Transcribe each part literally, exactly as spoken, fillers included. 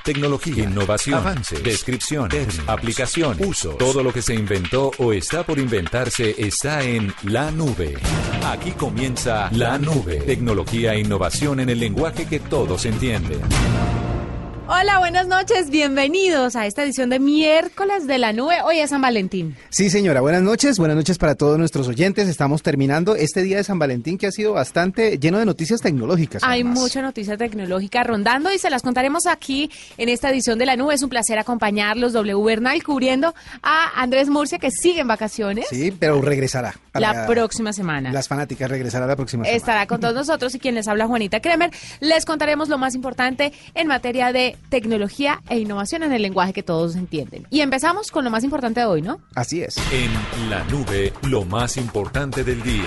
Tecnología, innovación, avance, descripción, términos, aplicación, uso. Todo lo que se inventó o está por inventarse está en la nube. Aquí comienza La Nube. Tecnología e innovación en el lenguaje que todos entienden. Hola, buenas noches, bienvenidos a esta edición de miércoles de La Nube. Hoy es San Valentín. Sí, señora, buenas noches, buenas noches para todos nuestros oyentes. Estamos terminando este día de San Valentín que ha sido bastante lleno de noticias tecnológicas. Hay además. mucha noticia tecnológica rondando y se las contaremos aquí en esta edición de La Nube. Es un placer acompañarlos, W Bernal, cubriendo a Andrés Murcia, que sigue en vacaciones. Sí, pero regresará. La, la próxima semana. Las fanáticas regresará la próxima semana. Estará con todos nosotros y quien les habla, Juanita Kremer. Les contaremos lo más importante en materia de tecnología e innovación en el lenguaje que todos entienden. Y empezamos con lo más importante de hoy, ¿no? Así es. En La Nube, lo más importante del día.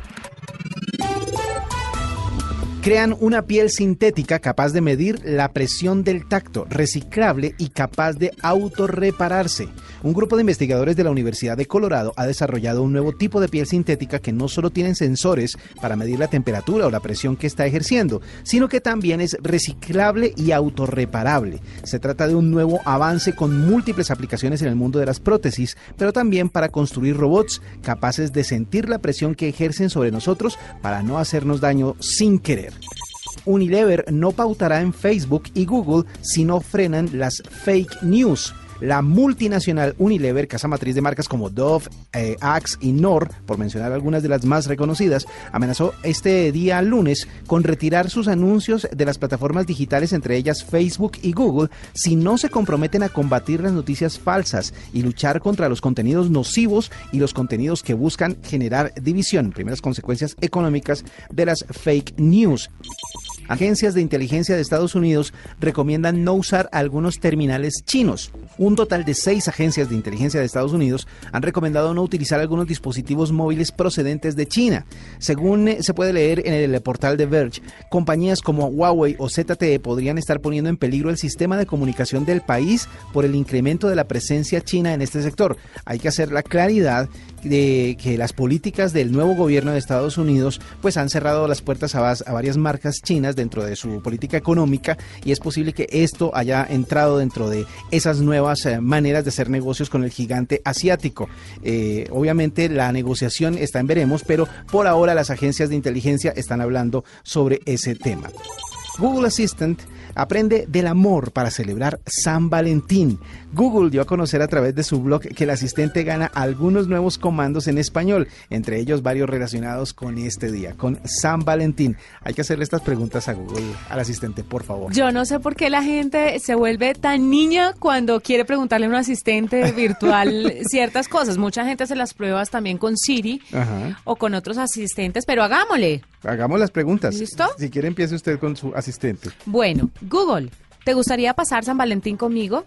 Crean una piel sintética capaz de medir la presión del tacto, reciclable y capaz de autorrepararse. Un grupo de investigadores de la Universidad de Colorado ha desarrollado un nuevo tipo de piel sintética que no solo tiene sensores para medir la temperatura o la presión que está ejerciendo, sino que también es reciclable y autorreparable. Se trata de un nuevo avance con múltiples aplicaciones en el mundo de las prótesis, pero también para construir robots capaces de sentir la presión que ejercen sobre nosotros para no hacernos daño sin querer. Unilever no pautará en Facebook y Google si no frenan las fake news. La multinacional Unilever, casa matriz de marcas como Dove, eh, Axe y Knorr, por mencionar algunas de las más reconocidas, amenazó este día lunes con retirar sus anuncios de las plataformas digitales, entre ellas Facebook y Google, si no se comprometen a combatir las noticias falsas y luchar contra los contenidos nocivos y los contenidos que buscan generar división. Primeras consecuencias económicas de las fake news. Agencias de inteligencia de Estados Unidos recomiendan no usar algunos terminales chinos. Un total de seis agencias de inteligencia de Estados Unidos han recomendado no utilizar algunos dispositivos móviles procedentes de China. Según se puede leer en el portal de Verge, compañías como Huawei o Z T E podrían estar poniendo en peligro el sistema de comunicación del país por el incremento de la presencia china en este sector. Hay que hacer la claridad de que las políticas del nuevo gobierno de Estados Unidos pues han cerrado las puertas a, a varias marcas chinas dentro de su política económica, y es posible que esto haya entrado dentro de esas nuevas eh, maneras de hacer negocios con el gigante asiático. Eh, obviamente la negociación está en veremos, pero por ahora las agencias de inteligencia están hablando sobre ese tema. Google Assistant aprende del amor para celebrar San Valentín. Google dio a conocer a través de su blog que el asistente gana algunos nuevos comandos en español, entre ellos varios relacionados con este día, con San Valentín. Hay que hacerle estas preguntas a Google, al asistente, por favor. Yo no sé por qué la gente se vuelve tan niña cuando quiere preguntarle a un asistente virtual ciertas cosas. Mucha gente hace las pruebas también con Siri. Ajá. O con otros asistentes, pero hagámosle. Hagamos las preguntas. ¿Listo? Si quiere, empiece usted con su asistente. Bueno, Google, ¿te gustaría pasar San Valentín conmigo?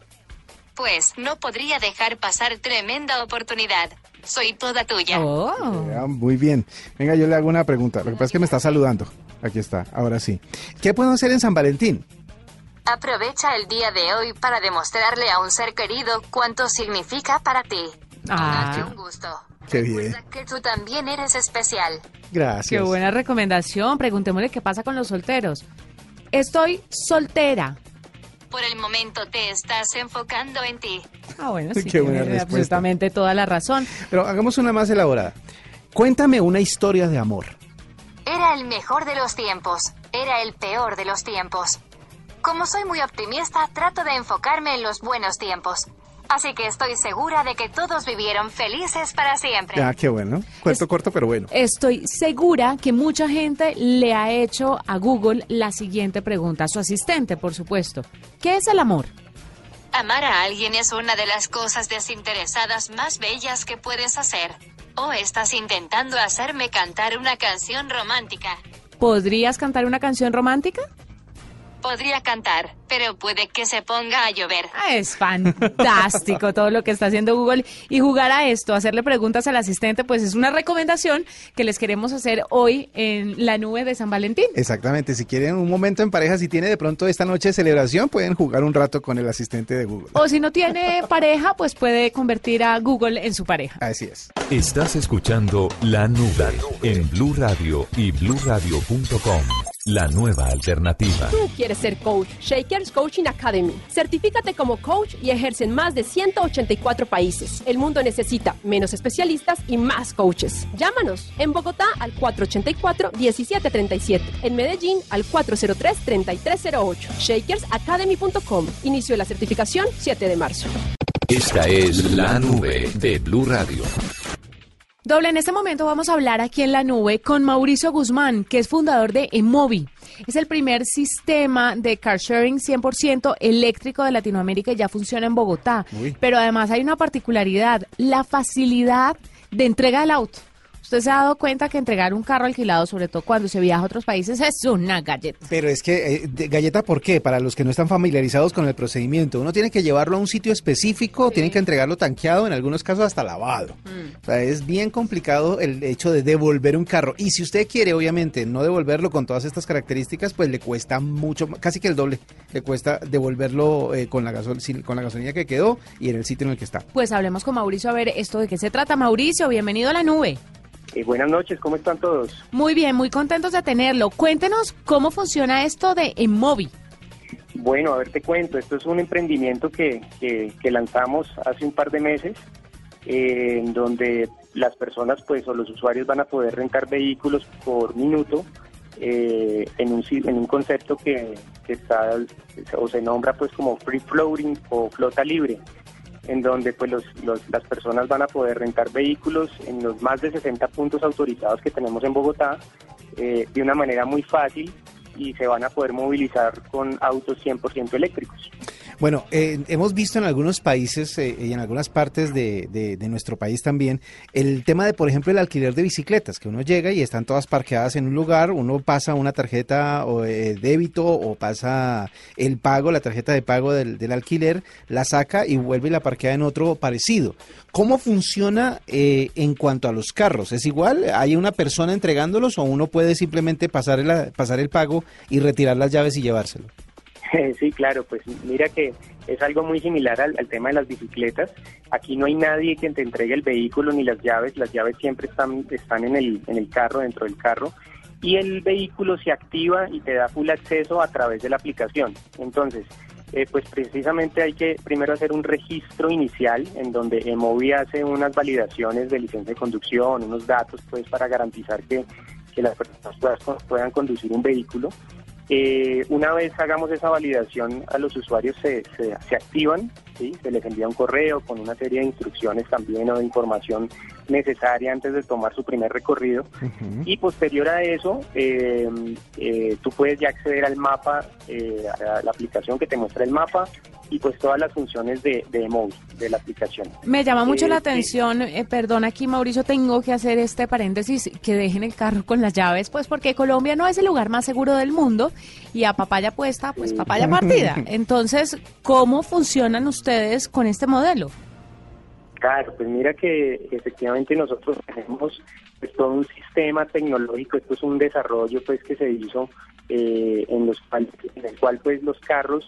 Pues no podría dejar pasar tremenda oportunidad. Soy toda tuya. Oh. Ya, muy bien. Venga, yo le hago una pregunta. Lo que pasa es que me está saludando. Aquí está, ahora sí. ¿Qué puedo hacer en San Valentín? Aprovecha el día de hoy para demostrarle a un ser querido cuánto significa para ti. Ah. Date un gusto. Qué bien. Recuerda que tú también eres especial. Gracias. Qué buena recomendación. Preguntémosle qué pasa con los solteros. Estoy soltera. Por el momento te estás enfocando en ti. Ah, bueno, sí, Qué buena tiene respuesta. absolutamente toda la razón. Pero hagamos una más elaborada. Cuéntame una historia de amor. Era el mejor de los tiempos. Era el peor de los tiempos. Como soy muy optimista, trato de enfocarme en los buenos tiempos. Así que estoy segura de que todos vivieron felices para siempre. Ah, qué bueno. Cuento es, corto, pero bueno. Estoy segura que mucha gente le ha hecho a Google la siguiente pregunta, a su asistente, por supuesto. ¿Qué es el amor? Amar a alguien es una de las cosas desinteresadas más bellas que puedes hacer. ¿O estás intentando hacerme cantar una canción romántica? ¿Podrías cantar una canción romántica? Podría cantar, pero puede que se ponga a llover. Ah, es fantástico todo lo que está haciendo Google, y jugar a esto, hacerle preguntas al asistente, pues es una recomendación que les queremos hacer hoy en la nube de San Valentín. Exactamente, si quieren un momento en pareja, si tiene de pronto esta noche de celebración, pueden jugar un rato con el asistente de Google. O si no tiene pareja, pues puede convertir a Google en su pareja. Así es. Estás escuchando La Nube en Blue Radio y blue radio punto com. la nueva alternativa. Tú quieres ser coach. Shakers Coaching Academy. Certifícate como coach y ejerce en más de ciento ochenta y cuatro países. El mundo necesita menos especialistas y más coaches. Llámanos en Bogotá al cuatro ocho cuatro, uno siete tres siete. En Medellín al cuatro cero tres, tres tres cero ocho. shakers academy punto com. Inicio de la certificación siete de marzo. Esta es La Nube de Blue Radio. Doble, en este momento vamos a hablar aquí en La Nube con Mauricio Guzmán, que es fundador de Emovi. Es el primer sistema de car sharing cien por ciento eléctrico de Latinoamérica y ya funciona en Bogotá. Uy. Pero además hay una particularidad, la facilidad de entrega del auto. ¿Usted se ha dado cuenta que entregar un carro alquilado, sobre todo cuando se viaja a otros países, es una galleta? Pero es que, eh, de, ¿galleta por qué? Para los que no están familiarizados con el procedimiento. Uno tiene que llevarlo a un sitio específico, sí. Tiene que entregarlo tanqueado, en algunos casos hasta lavado. Mm. O sea, es bien complicado el hecho de devolver un carro. Y si usted quiere, obviamente, no devolverlo con todas estas características, pues le cuesta mucho, casi que el doble. Le cuesta devolverlo eh, con, la gasol- con la gasolina que quedó y en el sitio en el que está. Pues hablemos con Mauricio a ver esto de qué se trata. Mauricio, bienvenido a La Nube. Eh, buenas noches, ¿cómo están todos? Muy bien, muy contentos de tenerlo. Cuéntenos cómo funciona esto de Emovi. Bueno, a ver, te cuento. Esto es un emprendimiento que, que, que lanzamos hace un par de meses, eh, en donde las personas, pues, o los usuarios van a poder rentar vehículos por minuto eh, en un en un concepto que, que está o se nombra, pues, como free floating o flota libre, en donde pues los, los, las personas van a poder rentar vehículos en los más de sesenta puntos autorizados que tenemos en Bogotá eh, de una manera muy fácil y se van a poder movilizar con autos cien por ciento eléctricos. Bueno, eh, hemos visto en algunos países eh, y en algunas partes de, de, de nuestro país también el tema de, por ejemplo, el alquiler de bicicletas, que uno llega y están todas parqueadas en un lugar, uno pasa una tarjeta o eh, débito o pasa el pago, la tarjeta de pago del, del alquiler, la saca y vuelve y la parquea en otro parecido. ¿Cómo funciona eh, en cuanto a los carros? ¿Es igual? ¿Hay una persona entregándolos o uno puede simplemente pasar el, pasar el pago y retirar las llaves y llevárselo? Sí, claro, pues mira que es algo muy similar al, al tema de las bicicletas. Aquí no hay nadie que te entregue el vehículo ni las llaves, las llaves siempre están, están en el, en el carro, dentro del carro, y el vehículo se activa y te da full acceso a través de la aplicación. Entonces, eh, pues precisamente hay que primero hacer un registro inicial en donde Emovi hace unas validaciones de licencia de conducción, unos datos pues para garantizar que, que las personas puedan, puedan conducir un vehículo. Eh, una vez hagamos esa validación, a los usuarios se, se, se activan, ¿sí? Se les envía un correo con una serie de instrucciones también o de información necesaria antes de tomar su primer recorrido. Uh-huh. Y posterior a eso, eh, eh, tú puedes ya acceder al mapa, eh, a la aplicación que te muestra el mapa y pues todas las funciones de, de Emovi, de la aplicación. Me llama mucho eh, la atención, eh, perdón aquí Mauricio, tengo que hacer este paréntesis, que dejen el carro con las llaves, pues porque Colombia no es el lugar más seguro del mundo y a papaya puesta, pues sí. Papaya partida. Entonces, ¿cómo funcionan ustedes con este modelo? Claro, pues mira que efectivamente nosotros tenemos pues, todo un sistema tecnológico. Esto es un desarrollo pues que se hizo eh, en los cual, en el cual pues los carros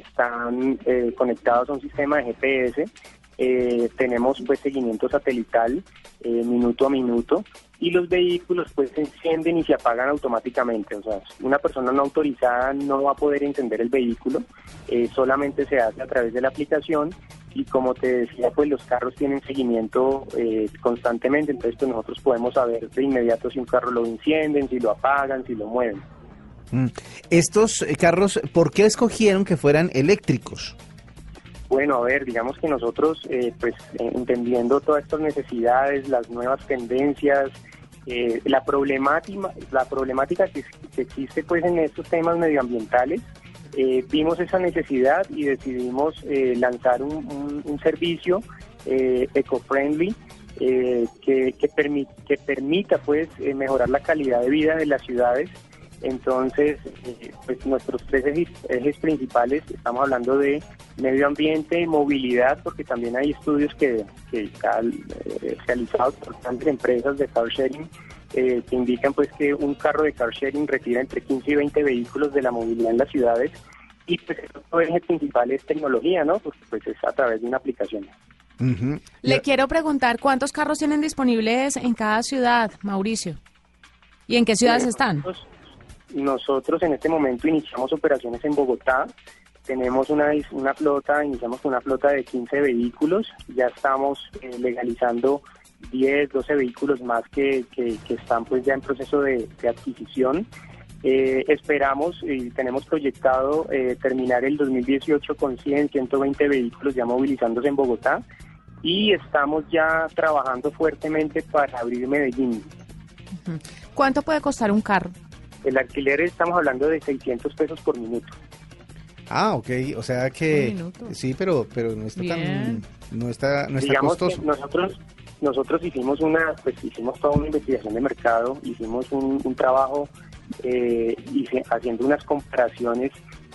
están eh, conectados a un sistema de G P S. Eh, tenemos pues seguimiento satelital eh, minuto a minuto y los vehículos pues se encienden y se apagan automáticamente. O sea, una persona no autorizada no va a poder encender el vehículo, eh, solamente se hace a través de la aplicación. Y como te decía, pues los carros tienen seguimiento eh, constantemente, entonces pues nosotros podemos saber de inmediato si un carro lo encienden, si lo apagan, si lo mueven. Mm. Estos carros, ¿por qué escogieron que fueran eléctricos? Bueno, a ver, digamos que nosotros, eh, pues eh, entendiendo todas estas necesidades, las nuevas tendencias, eh, la problemática, la problemática que, que existe pues en estos temas medioambientales, Eh, vimos esa necesidad y decidimos eh, lanzar un, un, un servicio eh, eco-friendly eh, que, que, permi- que permita pues eh, mejorar la calidad de vida de las ciudades. Entonces, eh, pues nuestros tres ejes, ejes principales, estamos hablando de medio ambiente, movilidad, porque también hay estudios que, que están eh, realizados por grandes empresas de car sharing, Eh, que indican pues que un carro de car sharing retira entre quince y veinte vehículos de la movilidad en las ciudades y pues el otro eje principal es tecnología, ¿no? Porque pues es a través de una aplicación. Uh-huh. Le yeah. quiero preguntar, ¿cuántos carros tienen disponibles en cada ciudad, Mauricio? ¿Y en qué ciudades eh, están? Nosotros, nosotros en este momento iniciamos operaciones en Bogotá. Tenemos una, una flota, iniciamos con una flota de quince vehículos. Ya estamos eh, legalizando diez, doce vehículos más que, que, que están pues ya en proceso de, de adquisición. Eh, esperamos y tenemos proyectado eh, terminar el dos mil dieciocho con cien, ciento veinte vehículos ya movilizándose en Bogotá, y estamos ya trabajando fuertemente para abrir Medellín. ¿Cuánto puede costar un carro? El alquiler estamos hablando de seiscientos pesos por minuto. Ah, ok, o sea que sí, pero pero no está Bien. tan no está no está Digamos costoso. Que nosotros nosotros hicimos una pues hicimos toda una investigación de mercado, hicimos un, un trabajo eh, hice, haciendo unas comparaciones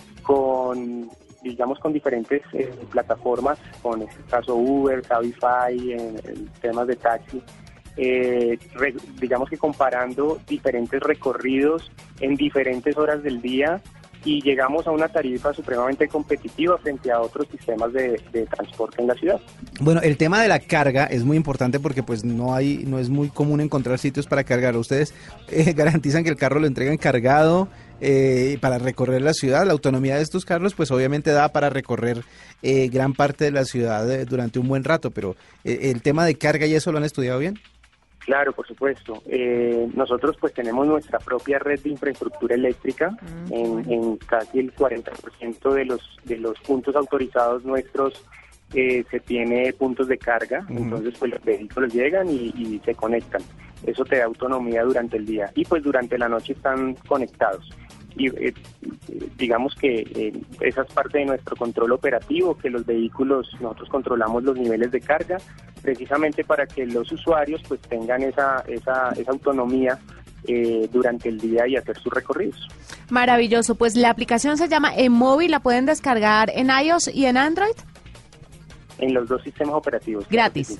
con digamos con diferentes eh, plataformas, con este caso Uber, Cabify, en, en temas de taxi. Eh, re, digamos que comparando diferentes recorridos en diferentes horas del día, y llegamos a una tarifa supremamente competitiva frente a otros sistemas de, de transporte en la ciudad. Bueno, el tema de la carga es muy importante porque pues no hay, no es muy común encontrar sitios para cargar. Ustedes eh, garantizan que el carro lo entregan cargado eh, para recorrer la ciudad. La autonomía de estos carros pues obviamente da para recorrer eh, gran parte de la ciudad eh, durante un buen rato, pero eh, el tema de carga y eso lo han estudiado bien. Claro, por supuesto. Eh, nosotros pues tenemos nuestra propia red de infraestructura eléctrica. Mm. En, en casi el cuarenta por ciento de los de los puntos autorizados nuestros eh, se tiene puntos de carga. Mm. Entonces pues los vehículos llegan y, y se conectan. Eso te da autonomía durante el día. Y pues durante la noche están conectados. Y eh, digamos que eh, esa es parte de nuestro control operativo, que los vehículos, nosotros controlamos los niveles de carga, precisamente para que los usuarios pues tengan esa, esa, esa autonomía eh, durante el día y hacer sus recorridos. Maravilloso, pues la aplicación se llama eMobi, ¿la pueden descargar en iOS y en Android? En los dos sistemas operativos. Gratis.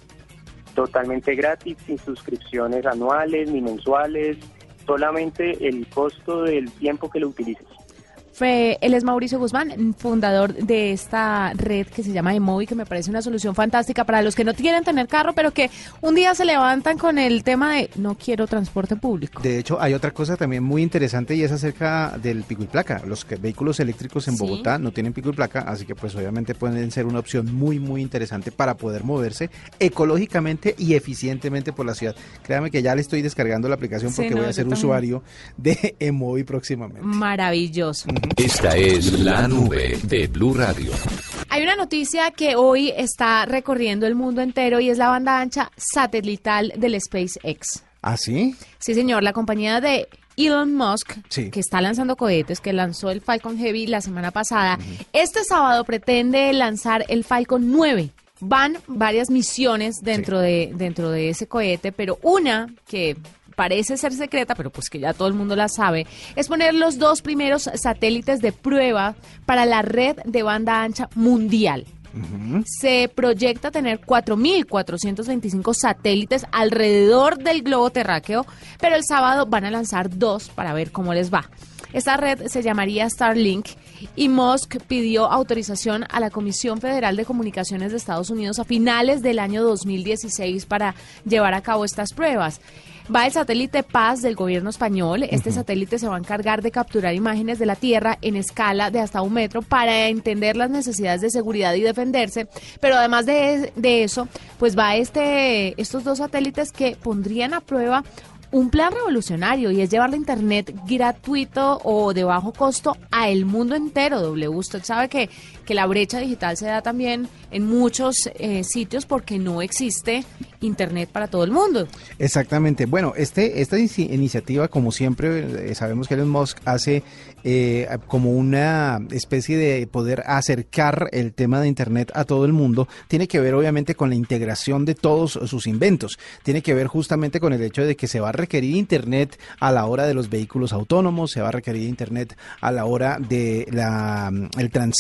Totalmente gratis, sin suscripciones anuales ni mensuales. Solamente el costo del tiempo que lo utilices. Fue, él es Mauricio Guzmán, fundador de esta red que se llama eMobi, que me parece una solución fantástica para los que no quieren tener carro, pero que un día se levantan con el tema de no quiero transporte público. De hecho, hay otra cosa también muy interesante y es acerca del pico y placa. Los que, vehículos eléctricos en Bogotá ¿Sí? no tienen pico y placa, así que pues obviamente pueden ser una opción muy, muy interesante para poder moverse ecológicamente y eficientemente por la ciudad. Créame que ya le estoy descargando la aplicación porque sí, no, voy a ser usuario de eMobi próximamente. Maravilloso. Uh-huh. Esta es la nube de Blue Radio. Hay una noticia que hoy está recorriendo el mundo entero y es la banda ancha satelital del SpaceX. ¿Ah, sí? Sí, señor. La compañía de Elon Musk, sí. que está lanzando cohetes, que lanzó el Falcon Heavy la semana pasada, uh-huh. este sábado pretende lanzar el Falcon nueve. Van varias misiones dentro, sí. de, dentro de ese cohete, pero una que parece ser secreta, pero pues que ya todo el mundo la sabe, es poner los dos primeros satélites de prueba para la red de banda ancha mundial. Uh-huh. Se proyecta tener cuatro mil cuatrocientos veinticinco satélites alrededor del globo terráqueo, pero el sábado van a lanzar dos para ver cómo les va. Esta red se llamaría Starlink y Musk pidió autorización a la Comisión Federal de Comunicaciones de Estados Unidos a finales del año dos mil dieciséis para llevar a cabo estas pruebas. Va el satélite Paz del gobierno español. Este uh-huh. satélite se va a encargar de capturar imágenes de la Tierra en escala de hasta un metro para entender las necesidades de seguridad y defenderse. Pero además de, de eso, pues va este, estos dos satélites que pondrían a prueba un plan revolucionario y es llevar la internet gratuito o de bajo costo a el mundo entero. W, usted sabe que, que la brecha digital se da también en muchos eh, sitios porque no existe internet para todo el mundo. Exactamente. Bueno, este esta iniciativa, como siempre, eh, sabemos que Elon Musk hace eh, como una especie de poder acercar el tema de internet a todo el mundo. Tiene que ver obviamente con la integración de todos sus inventos. Tiene que ver justamente con el hecho de que se va a requerir internet a la hora de los vehículos autónomos, se va a requerir internet a la hora de la el transporte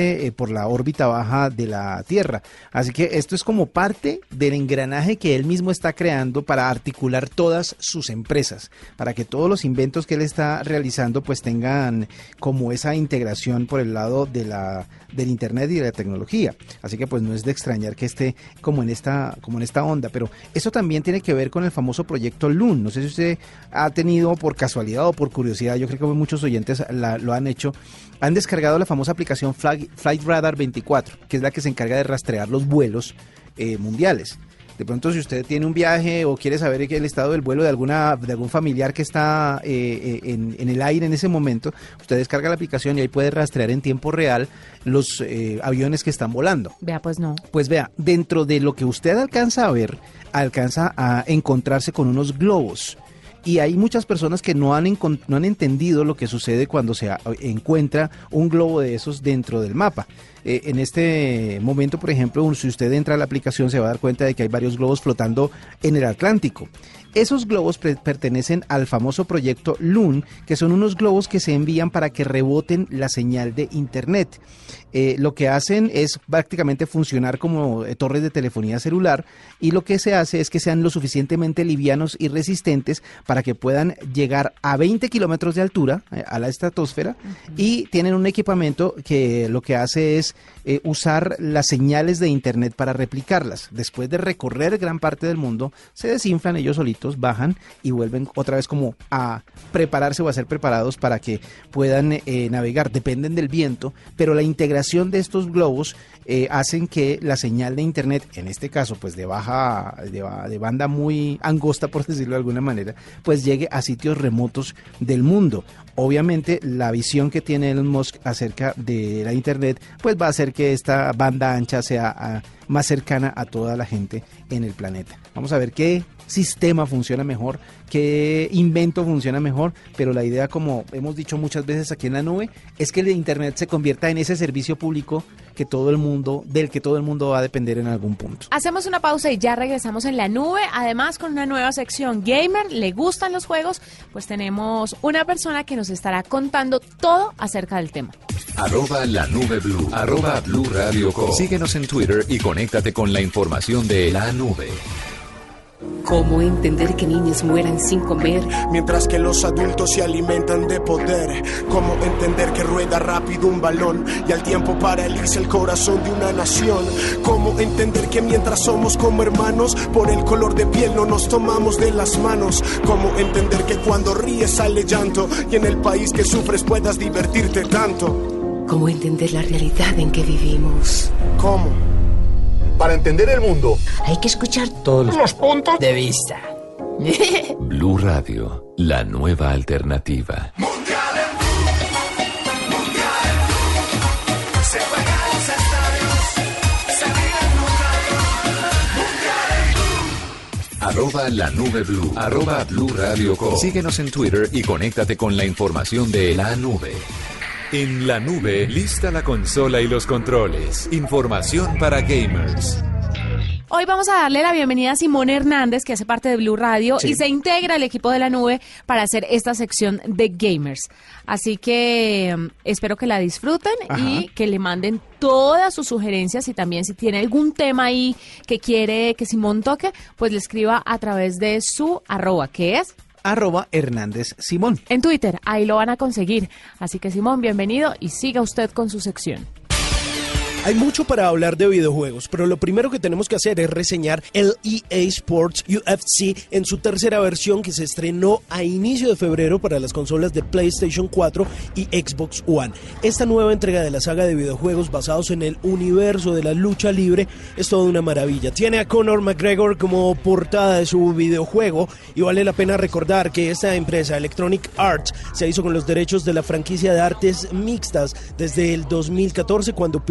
solamente eh, por la órbita baja de la Tierra. Así que esto es como parte del engranaje que él mismo está creando para articular todas sus empresas, para que todos los inventos que él está realizando pues tengan como esa integración por el lado de la del internet y de la tecnología. Así que pues no es de extrañar que esté como en esta como en esta onda, pero eso también tiene que ver con el famoso proyecto Loon. No sé si usted ha tenido por casualidad o por curiosidad, yo creo que muchos oyentes la, lo han hecho, han descargado la famosa aplicación Flight, Flight Radar veinticuatro, que es la que se encarga de rastrear los vuelos eh, mundiales. De pronto, si usted tiene un viaje o quiere saber el estado del vuelo de alguna de algún familiar que está eh, en, en el aire en ese momento, usted descarga la aplicación y ahí puede rastrear en tiempo real los eh, aviones que están volando. Vea, pues no. Pues vea, dentro de lo que usted alcanza a ver, alcanza a encontrarse con unos globos. Y hay muchas personas que no han, no han entendido lo que sucede cuando se encuentra un globo de esos dentro del mapa. Eh, en este momento, por ejemplo, si usted entra a la aplicación se va a dar cuenta de que hay varios globos flotando en el Atlántico. Esos globos pre- pertenecen al famoso proyecto Loon, que son unos globos que se envían para que reboten la señal de internet. Eh, lo que hacen es prácticamente funcionar como eh, torres de telefonía celular, y lo que se hace es que sean lo suficientemente livianos y resistentes para que puedan llegar a veinte kilómetros de altura, eh, a la estratosfera, uh-huh. Y tienen un equipamiento que lo que hace es eh, usar las señales de internet para replicarlas. Después de recorrer gran parte del mundo, se desinflan ellos solitos, bajan y vuelven otra vez como a prepararse o a ser preparados para que puedan eh, navegar. Dependen del viento, pero la integración de estos globos eh, hacen que la señal de internet, en este caso pues de baja, de, de banda muy angosta, por decirlo de alguna manera, pues llegue a sitios remotos del mundo. Obviamente la visión que tiene Elon Musk acerca de la internet pues va a hacer que esta banda ancha sea a, más cercana a toda la gente en el planeta. Vamos a ver qué sistema funciona mejor, qué invento funciona mejor, pero la idea, como hemos dicho muchas veces aquí en la nube, es que el internet se convierta en ese servicio público que todo el mundo, del que todo el mundo va a depender en algún punto. Hacemos una pausa y ya regresamos en la nube, además con una nueva sección gamer. ¿Le gustan los juegos? Pues tenemos una persona que nos estará contando todo acerca del tema. Arroba la nube blue, arroba blue radio com. Síguenos en Twitter y conéctate con la información de la nube. ¿Cómo entender que niños mueran sin comer? Mientras que los adultos se alimentan de poder. ¿Cómo entender que rueda rápido un balón y al tiempo paraliza el corazón de una nación? ¿Cómo entender que mientras somos como hermanos, por el color de piel no nos tomamos de las manos? ¿Cómo entender que cuando ríes sale llanto y en el país que sufres puedas divertirte tanto? ¿Cómo entender la realidad en que vivimos? ¿Cómo? Para entender el mundo hay que escuchar todos los puntos de vista. Blue Radio, la nueva alternativa. Mundiales, mundiales, se juega en los estadios, se vive en mundiales, mundiales. Arroba la nube blue, arroba blue radio com. Síguenos en Twitter y conéctate con la información de la nube. En la nube, lista la consola y los controles. Información para gamers. Hoy vamos a darle la bienvenida a Simón Hernández, que hace parte de Blue Radio, sí, y se integra al equipo de la nube para hacer esta sección de gamers. Así que um, espero que la disfruten. Ajá. Y que le manden todas sus sugerencias, y también si tiene algún tema ahí que quiere que Simón toque, pues le escriba a través de su arroba, que es arroba Hernández Simón. En Twitter, ahí lo van a conseguir. Así que Simón, bienvenido y siga usted con su sección. Hay mucho para hablar de videojuegos, pero lo primero que tenemos que hacer es reseñar el E A Sports U F C en su tercera versión, que se estrenó a inicio de febrero para las consolas de PlayStation cuatro y Xbox One. Esta nueva entrega de la saga de videojuegos basados en el universo de la lucha libre es toda una maravilla. Tiene a Conor McGregor como portada de su videojuego, y vale la pena recordar que esta empresa, Electronic Arts, se hizo con los derechos de la franquicia de artes mixtas desde el dos mil catorce, cuando publicó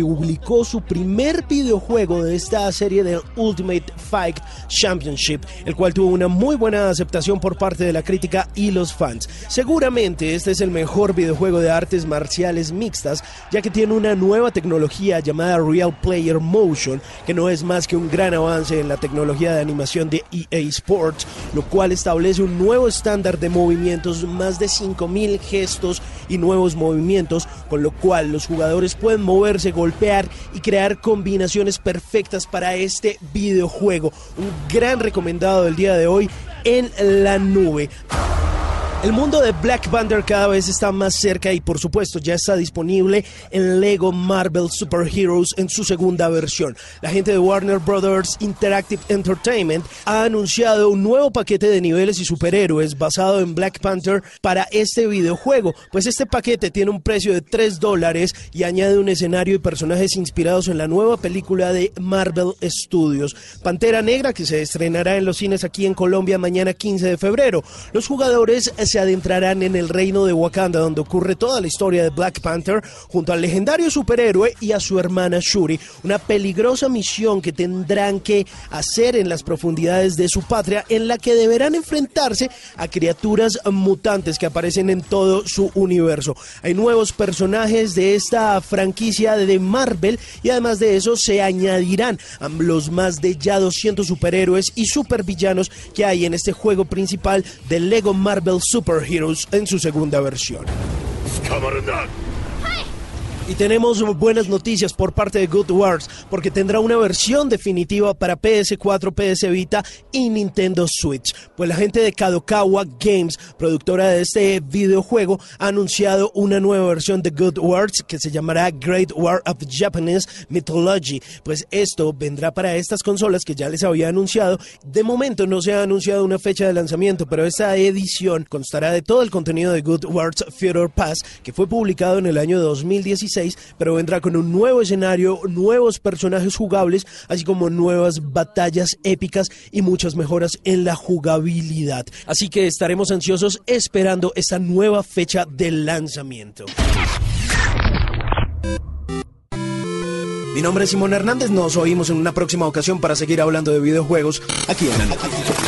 publicó su primer videojuego de esta serie del Ultimate Fight Championship, el cual tuvo una muy buena aceptación por parte de la crítica y los fans. Seguramente este es el mejor videojuego de artes marciales mixtas, ya que tiene una nueva tecnología llamada Real Player Motion, que no es más que un gran avance en la tecnología de animación de E A Sports, lo cual establece un nuevo estándar de movimientos, más de cinco mil gestos y nuevos movimientos, con lo cual los jugadores pueden moverse, golpear y crear combinaciones perfectas para este videojuego. Un gran recomendado del día de hoy en la nube. El mundo de Black Panther cada vez está más cerca y por supuesto ya está disponible en Lego Marvel Super Heroes en su segunda versión. La gente de Warner Brothers Interactive Entertainment ha anunciado un nuevo paquete de niveles y superhéroes basado en Black Panther para este videojuego, pues este paquete tiene un precio de tres dólares y añade un escenario y personajes inspirados en la nueva película de Marvel Studios, Pantera Negra, que se estrenará en los cines aquí en Colombia mañana quince de febrero. Los jugadores se adentrarán en el reino de Wakanda, donde ocurre toda la historia de Black Panther, junto al legendario superhéroe y a su hermana Shuri, una peligrosa misión que tendrán que hacer en las profundidades de su patria, en la que deberán enfrentarse a criaturas mutantes que aparecen en todo su universo. Hay nuevos personajes de esta franquicia de Marvel y además de eso se añadirán a los más de ya doscientos superhéroes y supervillanos que hay en este juego principal de Lego Marvel Super Heroes en su segunda versión. Y tenemos buenas noticias por parte de Good Wars, porque tendrá una versión definitiva para P S cuatro, P S Vita y Nintendo Switch. Pues la gente de Kadokawa Games, productora de este videojuego, ha anunciado una nueva versión de Good Wars que se llamará Great War of Japanese Mythology. Pues esto vendrá para estas consolas que ya les había anunciado. De momento no se ha anunciado una fecha de lanzamiento, pero esta edición constará de todo el contenido de Good Wars Future Pass, que fue publicado en el año dos mil dieciséis, pero vendrá con un nuevo escenario, nuevos personajes jugables, así como nuevas batallas épicas y muchas mejoras en la jugabilidad. Así que estaremos ansiosos esperando esta nueva fecha de lanzamiento. Mi nombre es Simón Hernández, nos oímos en una próxima ocasión para seguir hablando de videojuegos aquí en La Nube.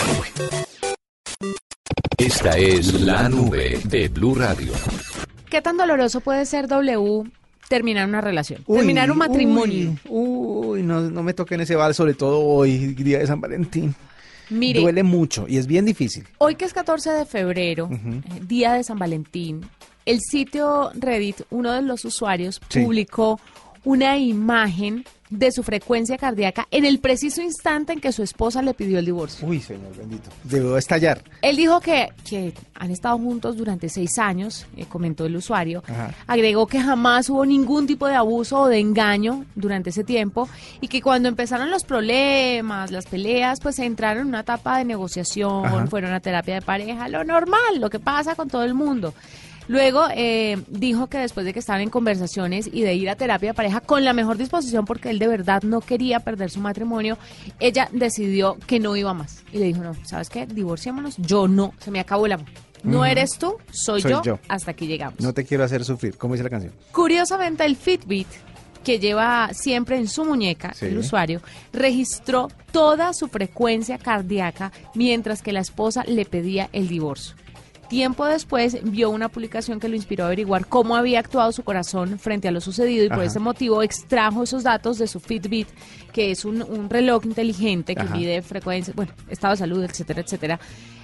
Esta es La Nube de Blue Radio. ¿Qué tan doloroso puede ser, W, terminar una relación? Uy, terminar un matrimonio. Uy, uy no, no me toquen ese vals, sobre todo hoy, día de San Valentín. Mire, duele mucho y es bien difícil. Hoy que es catorce de febrero, uh-huh. día de San Valentín, el sitio Reddit, uno de los usuarios, sí. publicó una imagen de su frecuencia cardíaca en el preciso instante en que su esposa le pidió el divorcio. Uy, señor bendito, debo estallar. Él dijo que, que han estado juntos durante seis años, eh, comentó el usuario. Ajá. Agregó que jamás hubo ningún tipo de abuso o de engaño durante ese tiempo y que cuando empezaron los problemas, las peleas, pues entraron en una etapa de negociación, Ajá. fueron a terapia de pareja, lo normal, lo que pasa con todo el mundo. Luego eh, dijo que después de que estaban en conversaciones y de ir a terapia de pareja con la mejor disposición porque él de verdad no quería perder su matrimonio, ella decidió que no iba más. Y le dijo, no, ¿sabes qué? Divorciémonos. Yo no, se me acabó el amor. No uh-huh. eres tú, soy, soy yo, yo, hasta aquí llegamos. No te quiero hacer sufrir, como dice la canción. Curiosamente, el Fitbit, que lleva siempre en su muñeca, sí. el usuario, registró toda su frecuencia cardíaca mientras que la esposa le pedía el divorcio. Tiempo después vio una publicación que lo inspiró a averiguar cómo había actuado su corazón frente a lo sucedido y Ajá. por ese motivo extrajo esos datos de su Fitbit, que es un, un reloj inteligente que Ajá. mide frecuencia, bueno, estado de salud, etcétera, etcétera,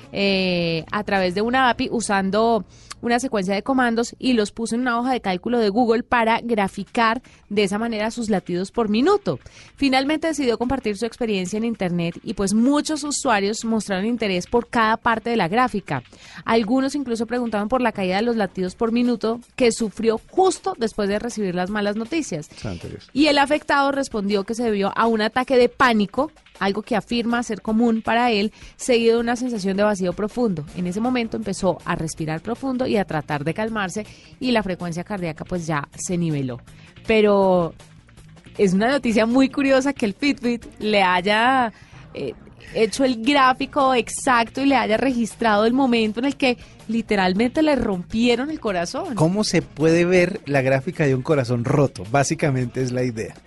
eh, a través de una A P I usando una secuencia de comandos y los puso en una hoja de cálculo de Google para graficar de esa manera sus latidos por minuto. Finalmente decidió compartir su experiencia en internet y pues muchos usuarios mostraron interés por cada parte de la gráfica. Algunos incluso preguntaban por la caída de los latidos por minuto que sufrió justo después de recibir las malas noticias. Y el afectado respondió que se debió a un ataque de pánico, algo que afirma ser común para él, seguido de una sensación de vacío profundo. En ese momento empezó a respirar profundo y a tratar de calmarse y la frecuencia cardíaca pues ya se niveló. Pero es una noticia muy curiosa que el Fitbit le haya eh, hecho el gráfico exacto y le haya registrado el momento en el que literalmente le rompieron el corazón. ¿Cómo se puede ver la gráfica de un corazón roto? Básicamente es la idea.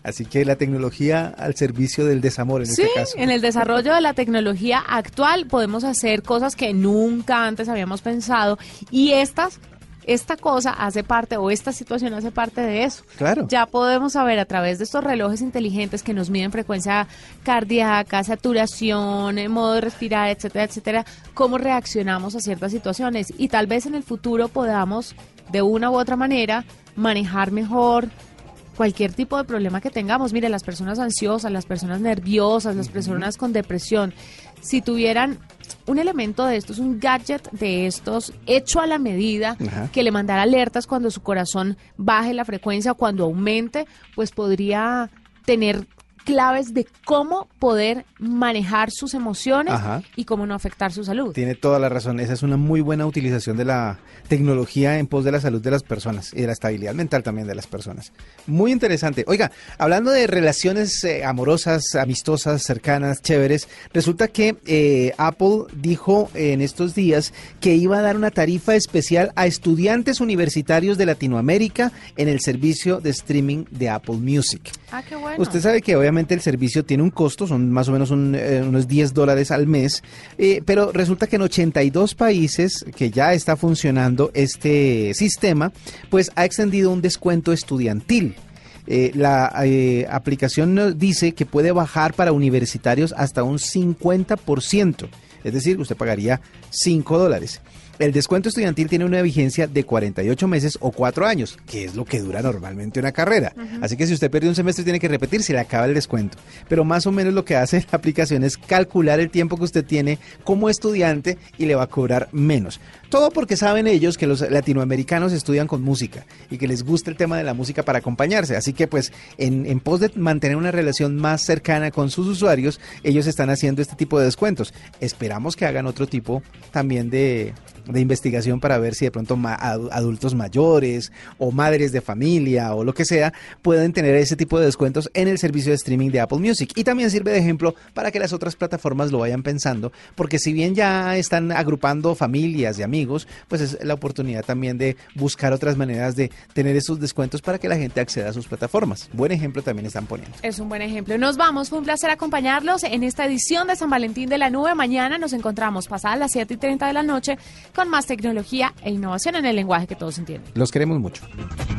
Así que la tecnología al servicio del desamor en sí, este caso. En el desarrollo de la tecnología actual podemos hacer cosas que nunca antes habíamos pensado y estas esta cosa hace parte, o esta situación hace parte de eso. Claro. Ya podemos saber a través de estos relojes inteligentes que nos miden frecuencia cardíaca, saturación, modo de respirar, etcétera, etcétera, cómo reaccionamos a ciertas situaciones. Y tal vez en el futuro podamos, de una u otra manera, manejar mejor cualquier tipo de problema que tengamos. Mire, las personas ansiosas, las personas nerviosas, las personas con depresión, si tuvieran un elemento de estos, un gadget de estos hecho a la medida, Ajá. que le mandara alertas cuando su corazón baje la frecuencia o cuando aumente, pues podría tener claves de cómo poder manejar sus emociones Ajá. y cómo no afectar su salud. Tiene toda la razón. Esa es una muy buena utilización de la tecnología en pos de la salud de las personas y de la estabilidad mental también de las personas. Muy interesante. Oiga, hablando de relaciones eh, amorosas, amistosas, cercanas, chéveres, resulta que eh, Apple dijo en estos días que iba a dar una tarifa especial a estudiantes universitarios de Latinoamérica en el servicio de streaming de Apple Music. Ah, qué bueno. Usted sabe que obviamente el servicio tiene un costo, son más o menos un, eh, unos diez dólares al mes, eh, pero resulta que en ochenta y dos países que ya está funcionando este sistema, pues ha extendido un descuento estudiantil. Eh, la eh, aplicación nos dice que puede bajar para universitarios hasta un cincuenta por ciento, es decir, usted pagaría cinco dólares. El descuento estudiantil tiene una vigencia de cuarenta y ocho meses o cuatro años, que es lo que dura normalmente una carrera. Uh-huh. Así que si usted perdió un semestre tiene que repetir, se le acaba el descuento. Pero más o menos lo que hace la aplicación es calcular el tiempo que usted tiene como estudiante y le va a cobrar menos. Todo porque saben ellos que los latinoamericanos estudian con música y que les gusta el tema de la música para acompañarse. Así que pues en, en pos de mantener una relación más cercana con sus usuarios, ellos están haciendo este tipo de descuentos. Esperamos que hagan otro tipo también de... de investigación para ver si de pronto ma- adultos mayores o madres de familia o lo que sea pueden tener ese tipo de descuentos en el servicio de streaming de Apple Music. Y también sirve de ejemplo para que las otras plataformas lo vayan pensando, porque si bien ya están agrupando familias y amigos, pues es la oportunidad también de buscar otras maneras de tener esos descuentos para que la gente acceda a sus plataformas. Buen ejemplo también están poniendo. Es un buen ejemplo. Nos vamos, fue un placer acompañarlos en esta edición de San Valentín de la Nube. Mañana nos encontramos pasadas las siete y treinta de la noche con más tecnología e innovación en el lenguaje que todos entienden. Los queremos mucho.